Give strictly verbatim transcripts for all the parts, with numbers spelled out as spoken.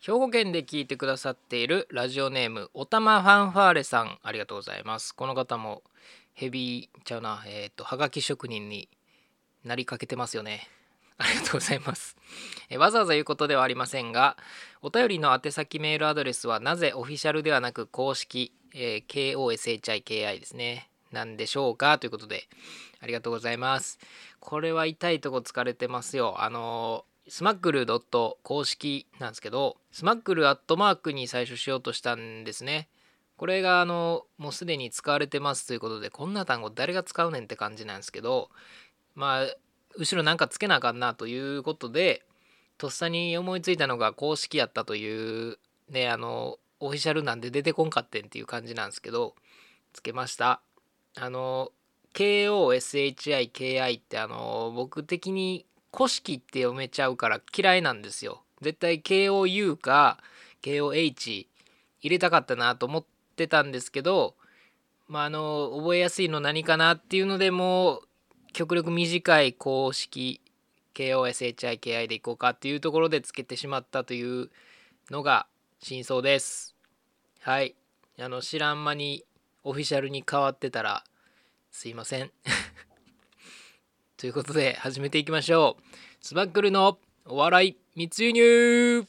兵庫県で聞いてくださっているラジオネームおたまファンファーレさん、ありがとうございます。この方もヘビーちゃうなえっ、とはがき職人になりかけてますよね。ありがとうございます。えわざわざ言うことではありませんが、お便りの宛先メールアドレスはなぜオフィシャルではなく公式、えー、ケーオーエスエイチアイケーアイ ですね、なんでしょうかということで、ありがとうございます。これは痛いとこ疲れてますよ。あのースマックルドット公式なんですけど、スマックルアットマークに最初しようとしたんですね。これがあのもうすでに使われてますということで、こんな単語誰が使うねんって感じなんですけど、まあ後ろなんかつけなあかんなということで、とっさに思いついたのが公式やったというね、あのオフィシャルなんで出てこんかってんっていう感じなんですけど、つけました。あの ケーオーエスエイチアイケーアイ ってあの僕的に古式って読めちゃうから嫌いなんですよ。絶対 ケーオーユー か ケーオーエイチ 入れたかったなと思ってたんですけど、まああの覚えやすいの何かなっていうので、もう極力短い公式 ケーオーエスエイチアイケーアイ でいこうかっていうところでつけてしまったというのが真相です。はい。あの知らん間にオフィシャルに変わってたらすいません。ということで始めていきましょう。スバックルのお笑い密輸入。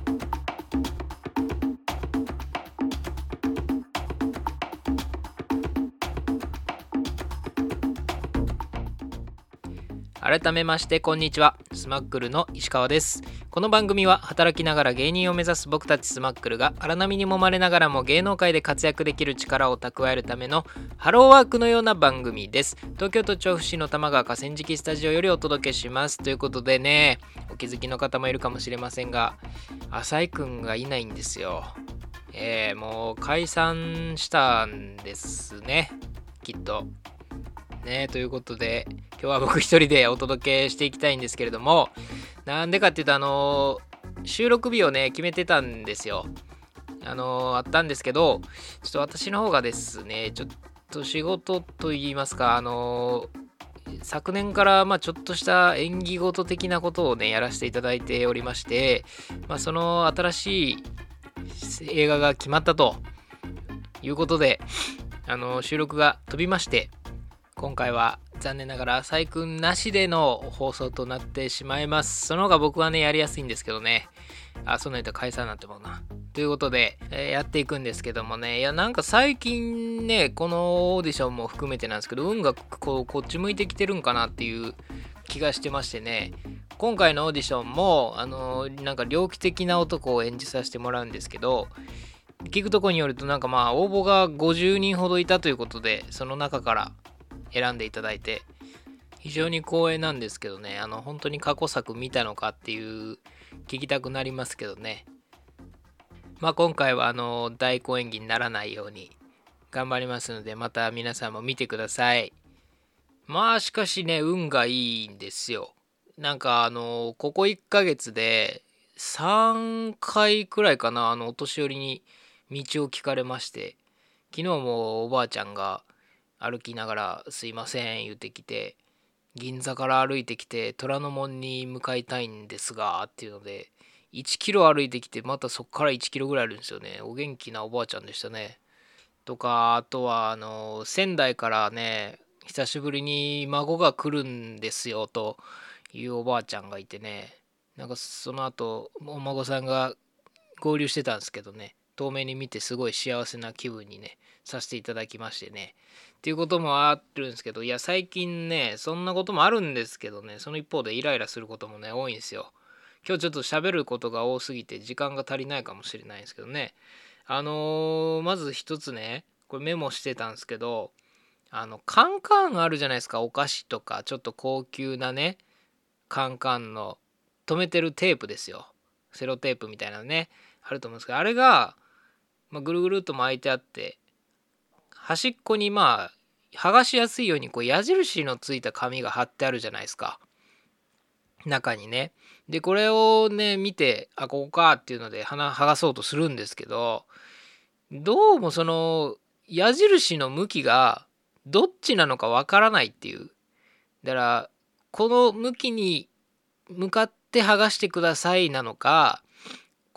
改めましてこんにちは、スマックルの石川です。この番組は働きながら芸人を目指す僕たちスマックルが荒波に揉まれながらも芸能界で活躍できる力を蓄えるためのハローワークのような番組です。東京都調布市の玉川河川敷スタジオよりお届けします。ということでね、お気づきの方もいるかもしれませんが、浅井くんがいないんですよ。えー、もう解散したんですね、きっとね。ということで今日は僕一人でお届けしていきたいんですけれども、なんでかっていうと、あのー、収録日をね決めてたんですよ。あのー、あったんですけど、ちょっと私の方がですね、ちょっと仕事といいますか、あのー、昨年からまあちょっとした演技事的なことをねやらせていただいておりまして、まあ、その新しい映画が決まったということで、あのー、収録が飛びまして、今回は残念ながら浅井くんなしでの放送となってしまいます。その方が僕はねやりやすいんですけどね。あ、そんなん言ったら解散なんてもんな。ということで、えー、やっていくんですけどもね、いやなんか最近ね、このオーディションも含めてなんですけど、運がこうこっち向いてきてるんかなっていう気がしてましてね、今回のオーディションもあのー、なんか猟奇的な男を演じさせてもらうんですけど、聞くとこによるとなんかまあ応募がごじゅうにんほどいたということで、その中から選んでいただいて非常に光栄なんですけどね、あの本当に過去作見たのかっていう聞きたくなりますけどね。まあ今回はあの大根演技にならないように頑張りますので、また皆さんも見てください。まあしかしね、運がいいんですよ。なんかあのここいっかげつでさんかいくらいかな、あのお年寄りに道を聞かれまして、昨日もおばあちゃんが歩きながらすいません言ってきて、銀座から歩いてきて虎ノ門に向かいたいんですがっていうのでいちキロ歩いてきて、またそこからいちキロぐらいあるんですよね。お元気なおばあちゃんでしたね。とか、あとはあの仙台からね、久しぶりに孫が来るんですよというおばあちゃんがいてね、なんかその後お孫さんが合流してたんですけどね、遠目に見てすごい幸せな気分にねさせていただきましてね、っていうこともあるんですけど、いや最近ねそんなこともあるんですけどね、その一方でイライラすることもね多いんですよ。今日ちょっと喋ることが多すぎて時間が足りないかもしれないんですけどね。あのー、まず一つね、これメモしてたんですけど、あのカンカンあるじゃないですか、お菓子とかちょっと高級なねカンカンの留めてるテープですよ。セロテープみたいなのねあると思うんですけど、あれが、まあ、ぐるぐるっと巻いてあって、端っこにまあ剥がしやすいようにこう矢印のついた紙が貼ってあるじゃないですか、中にね。でこれをね見て、あここかっていうので剥がそうとするんですけど、どうもその矢印の向きがどっちなのかわからないっていう。だからこの向きに向かって剥がしてくださいなのか、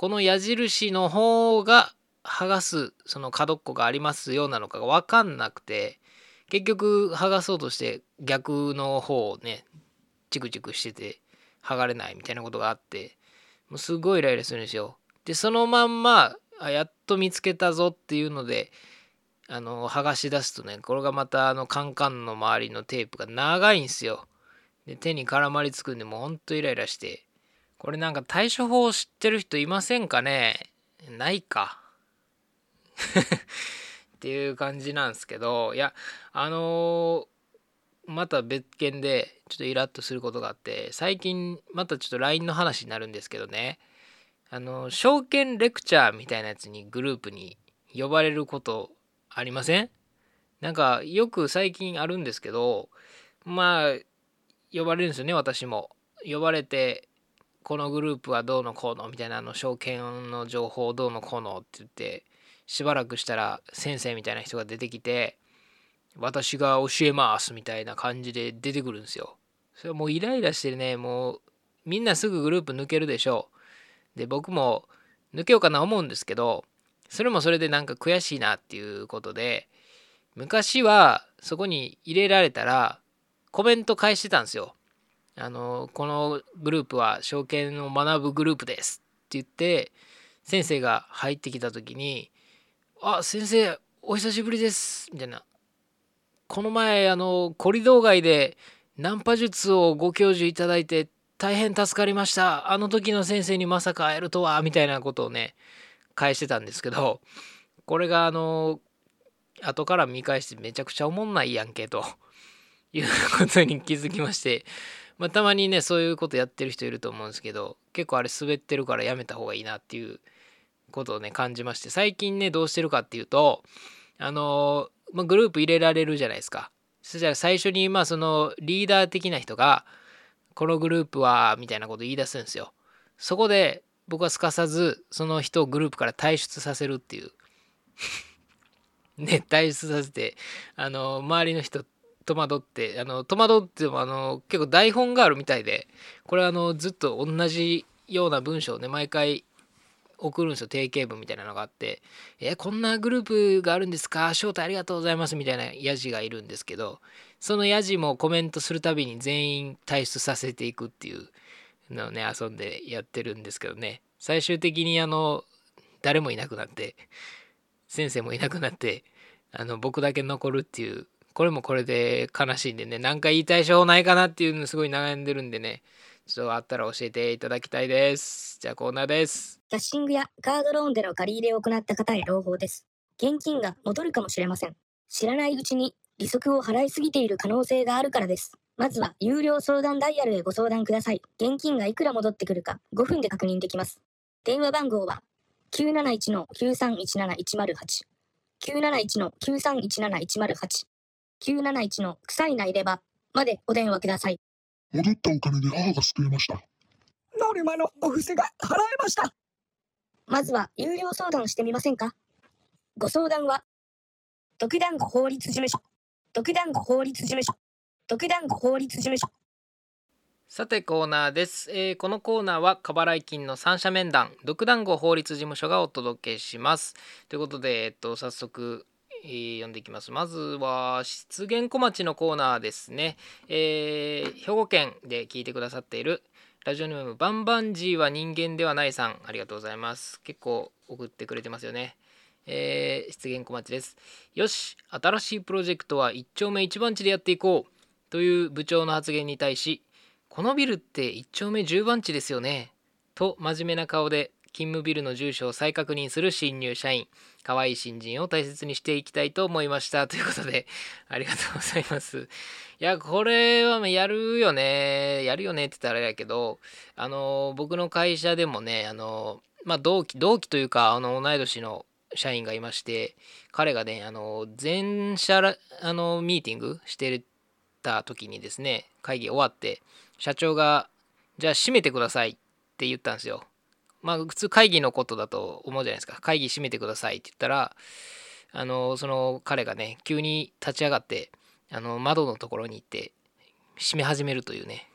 この矢印の方が剥がすその角っこがありますよなのかが分かんなくて、結局剥がそうとして逆の方をねチクチクしてて剥がれないみたいなことがあって、もうすごいイライラするんですよ。でそのまんまあやっと見つけたぞっていうのであの剥がし出すとね、これがまたあのカンカンの周りのテープが長いんですよ。で手に絡まりつくんでもうほんとイライラして、これなんか対処法知ってる人いませんかね。ないかっていう感じなんですけど、いやあのー、また別件でちょっとイラッとすることがあって、最近またちょっと ライン の話になるんですけどね、あの証券レクチャーみたいなやつにグループに呼ばれることありません？なんかよく最近あるんですけど、まあ呼ばれるんですよね。私も呼ばれて、このグループはどうのこうのみたいな、あの証券の情報どうのこうのって言って、しばらくしたら先生みたいな人が出てきて、私が教えますみたいな感じで出てくるんですよ。それはもうイライラしてね、もうみんなすぐグループ抜けるでしょう。で僕も抜けようかな思うんですけど、それもそれでなんか悔しいなっていうことで、昔はそこに入れられたらコメント返してたんですよ。あのこのグループは証券を学ぶグループですって言って、先生が入ってきた時に「あ、先生お久しぶりです」みたいな、この前あのコリドー街でナンパ術をご教授いただいて大変助かりました、あの時の先生にまさか会えるとはみたいなことをね返してたんですけど、これがあの後から見返してめちゃくちゃおもんないやんけということに気づきまして、まあ、たまにねそういうことやってる人いると思うんですけど、結構あれ滑ってるからやめた方がいいなっていうことをね感じまして、最近ねどうしてるかっていうと、あのーまあ、グループ入れられるじゃないですか。そしたら最初にまあそのリーダー的な人がこのグループはみたいなこと言い出すんですよ。そこで僕はすかさずその人をグループから退出させるっていうね、退出させて、あの周りの人戸惑って、あの戸惑ってもあの結構台本があるみたいで、これあのずっと同じような文章をね毎回送るんですよ。定型文みたいなのがあって、えこんなグループがあるんですか、招待ありがとうございますみたいなヤジがいるんですけど、そのヤジもコメントするたびに全員退出させていくっていうのをね遊んでやってるんですけどね、最終的にあの誰もいなくなって、先生もいなくなって、あの僕だけ残るっていう、これもこれで悲しいんでね、何か言いたい情報ないかなっていうのすごい悩んでるんでね、ちょっとあったら教えていただきたいです。じゃあコーナーです。 キャッシングやカードローンでの借り入れを行った方へ朗報です。現金が戻るかもしれません。知らないうちに利息を払いすぎている可能性があるからです。まずは有料相談ダイヤルへご相談ください。現金がいくら戻ってくるかごふんで確認できます。電話番号は きゅうなないちのきゅうさんいちなないちまるはち きゅうなないちのきゅうさんいちなないちまるはち きゅうなないちの臭いな入れ歯までお電話ください。 戻ったお金で母が救えました。 ノルマのお布施が払えました。 まずは有料相談してみませんか。ご相談は独団子法律事務所独団子法律事務所独団子法律事務所。 さてコーナーです、えーこのコーナーは過払い金の三者面談独団子法律事務所がお届けします。ということで、えっと、早速、えー読んでいきます。まずは失言小町のコーナーですね、えー兵庫県で聞いてくださっているラジオネームバンバンジーは人間ではないさん、ありがとうございます。結構送ってくれてますよね。えー、失言小町です。よし、新しいプロジェクトは一丁目一番地でやっていこうという部長の発言に対し、このビルって一丁目十番地ですよねと真面目な顔で勤務ビルの住所を再確認する新入社員、可愛い新人を大切にしていきたいと思いましたということで、ありがとうございます。いやこれはやるよねやるよねって言ったらあれやけど、あの僕の会社でもね、あのまあ同期同期というか、あの同い年の社員がいまして、彼がねあの全社らあのミーティングしてた時にですね、会議終わって社長がじゃあ閉めてくださいって言ったんですよ。まあ普通会議のことだと思うじゃないですか。会議閉めてくださいって言ったら、あのその彼がね急に立ち上がって、あの窓のところに行って閉め始めるというね、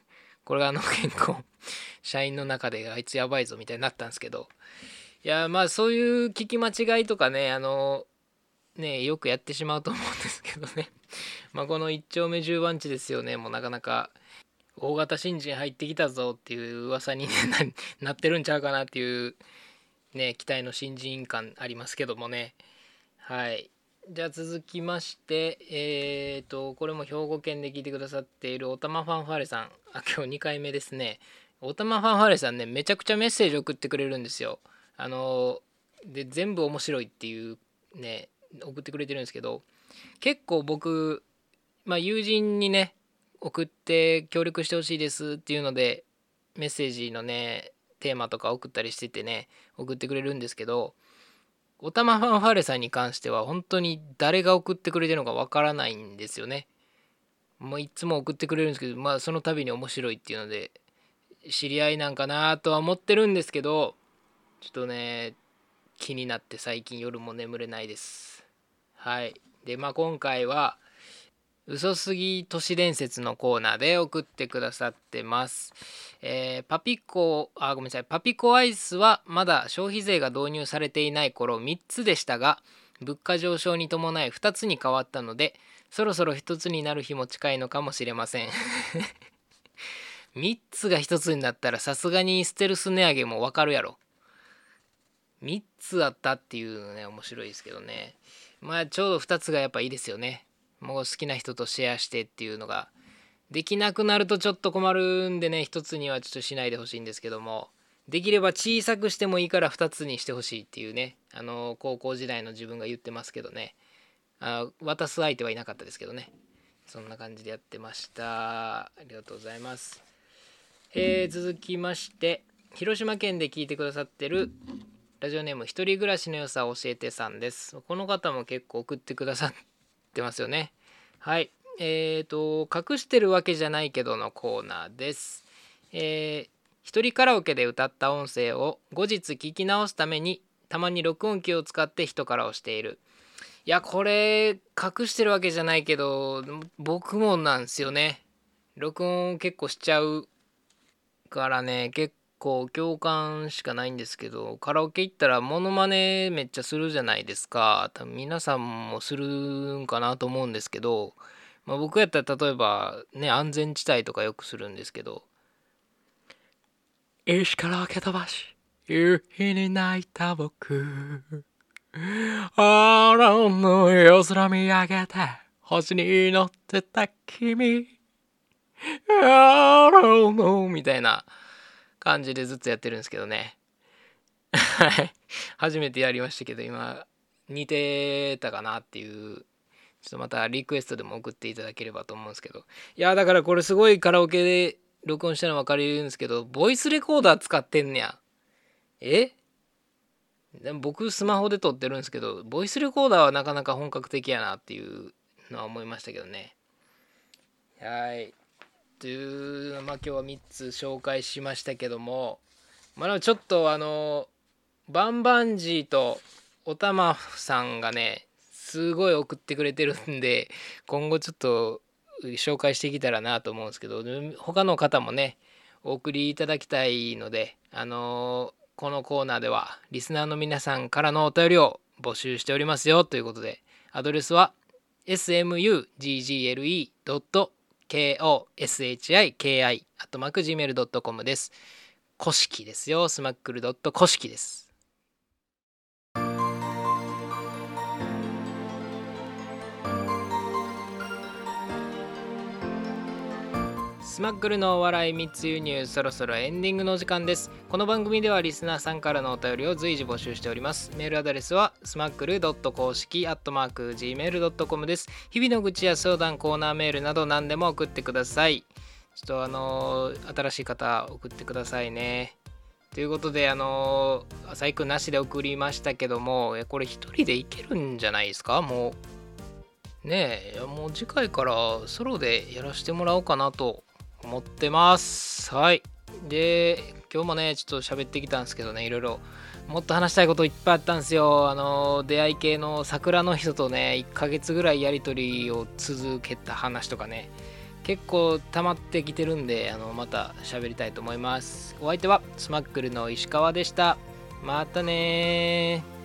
これがあの結構社員の中であいつやばいぞみたいになったんですけど、いやまあそういう聞き間違いとかね、あのねよくやってしまうと思うんですけどねまあこの一丁目十番地ですよね。もうなかなか大型新人入ってきたぞっていう噂に、ね、なってるんちゃうかなっていうね期待の新人感ありますけどもね。はい、じゃあ続きましてえっ、ー、とこれも兵庫県で聞いてくださっているおたまファンファーレさん、あ今日にかいめですね。おたまファンファーレさんね、めちゃくちゃメッセージ送ってくれるんですよ。あので全部面白いっていうね送ってくれてるんですけど、結構僕、まあ、友人にね送って協力してほしいですっていうのでメッセージのねテーマとか送ったりしててね送ってくれるんですけど、おたまファンファーレさんに関しては本当に誰が送ってくれてるのかわからないんですよね。もういつも送ってくれるんですけど、まあその度に面白いっていうので知り合いなんかなとは思ってるんですけど、ちょっとね気になって最近夜も眠れないです。はい。でまあ今回は嘘すぎ都市伝説のコーナーで送ってくださってます。えー、パピコあごめんなさいパピコアイスはまだ消費税が導入されていない頃みっつでしたが、物価上昇に伴いふたつに変わったのでそろそろひとつになる日も近いのかもしれませんみっつがひとつになったらさすがにステルス値上げもわかるやろ。みっつあったっていうのね面白いですけどね。まあちょうどふたつがやっぱいいですよね。もう好きな人とシェアしてっていうのができなくなるとちょっと困るんでね、ひとつにはちょっとしないでほしいんですけども、できれば小さくしてもいいからふたつにしてほしいっていうね、あの高校時代の自分が言ってますけどね、あ渡す相手はいなかったですけどね、そんな感じでやってました。ありがとうございます。えー、続きまして広島県で聞いてくださってるラジオネーム一人暮らしの良さを教えてさんです。この方も結構送ってくださってますよね。はい、えーと隠してるわけじゃないけどのコーナーです。えー、一人カラオケで歌った音声を後日聞き直すためにたまに録音機を使って人からをしている。いやこれ隠してるわけじゃないけど僕もなんですよね。録音結構しちゃうからね、結構共感しかないんですけど、カラオケ行ったらモノマネめっちゃするじゃないですか。多分皆さんもするんかなと思うんですけど、まあ、僕やったら例えばね安全地帯とかよくするんですけど、石から蹴飛ばし夕日に泣いた僕、あらの夜空見上げて星に乗ってた君、あらのみたいな感じでずっとやってるんですけどねはい初めてやりましたけど今似てたかなっていう、ちょっとまたリクエストでも送っていただければと思うんですけど、いやだからこれすごいカラオケで録音したの分かるんですけど、ボイスレコーダー使ってんねや。えでも僕スマホで撮ってるんですけど、ボイスレコーダーはなかなか本格的やなっていうのは思いましたけどね。はいという、まあ今日はみっつ紹介しましたけども、まあでもちょっとあのバンバンジーとおたまさんがねすごい送ってくれてるんで、今後ちょっと紹介していけたらなと思うんですけど、他の方もねお送りいただきたいので、あのこのコーナーではリスナーの皆さんからのお便りを募集しておりますよということで、アドレスは エスエムユージージーエルイードットケーオーエスエイチアイケーアイ アットマーク ジーメールドットコム です。古式ですよ。スマックルドット古式です。スマックルのお笑い密輸入、そろそろエンディングのお時間です。この番組ではリスナーさんからのお便りを随時募集しております。メールアドレスはスマックルドット公式アットマーク ジーメールドットコム です。日々の愚痴や相談、コーナーメールなど何でも送ってください。ちょっとあのー、新しい方送ってくださいね。ということであのー、浅井くんなしで送りましたけども、これ一人でいけるんじゃないですか。もうねえ、もう次回からソロでやらせてもらおうかなと思ってます。はい。で今日もねちょっと喋ってきたんですけどね、いろいろもっと話したいこといっぱいあったんですよ。あの出会い系の桜の人とねいっかげつぐらいやり取りを続けた話とかね、 結構溜まってきてるんで、あのまた喋りたいと思います。お相手はスマックルの石川でした。またねー。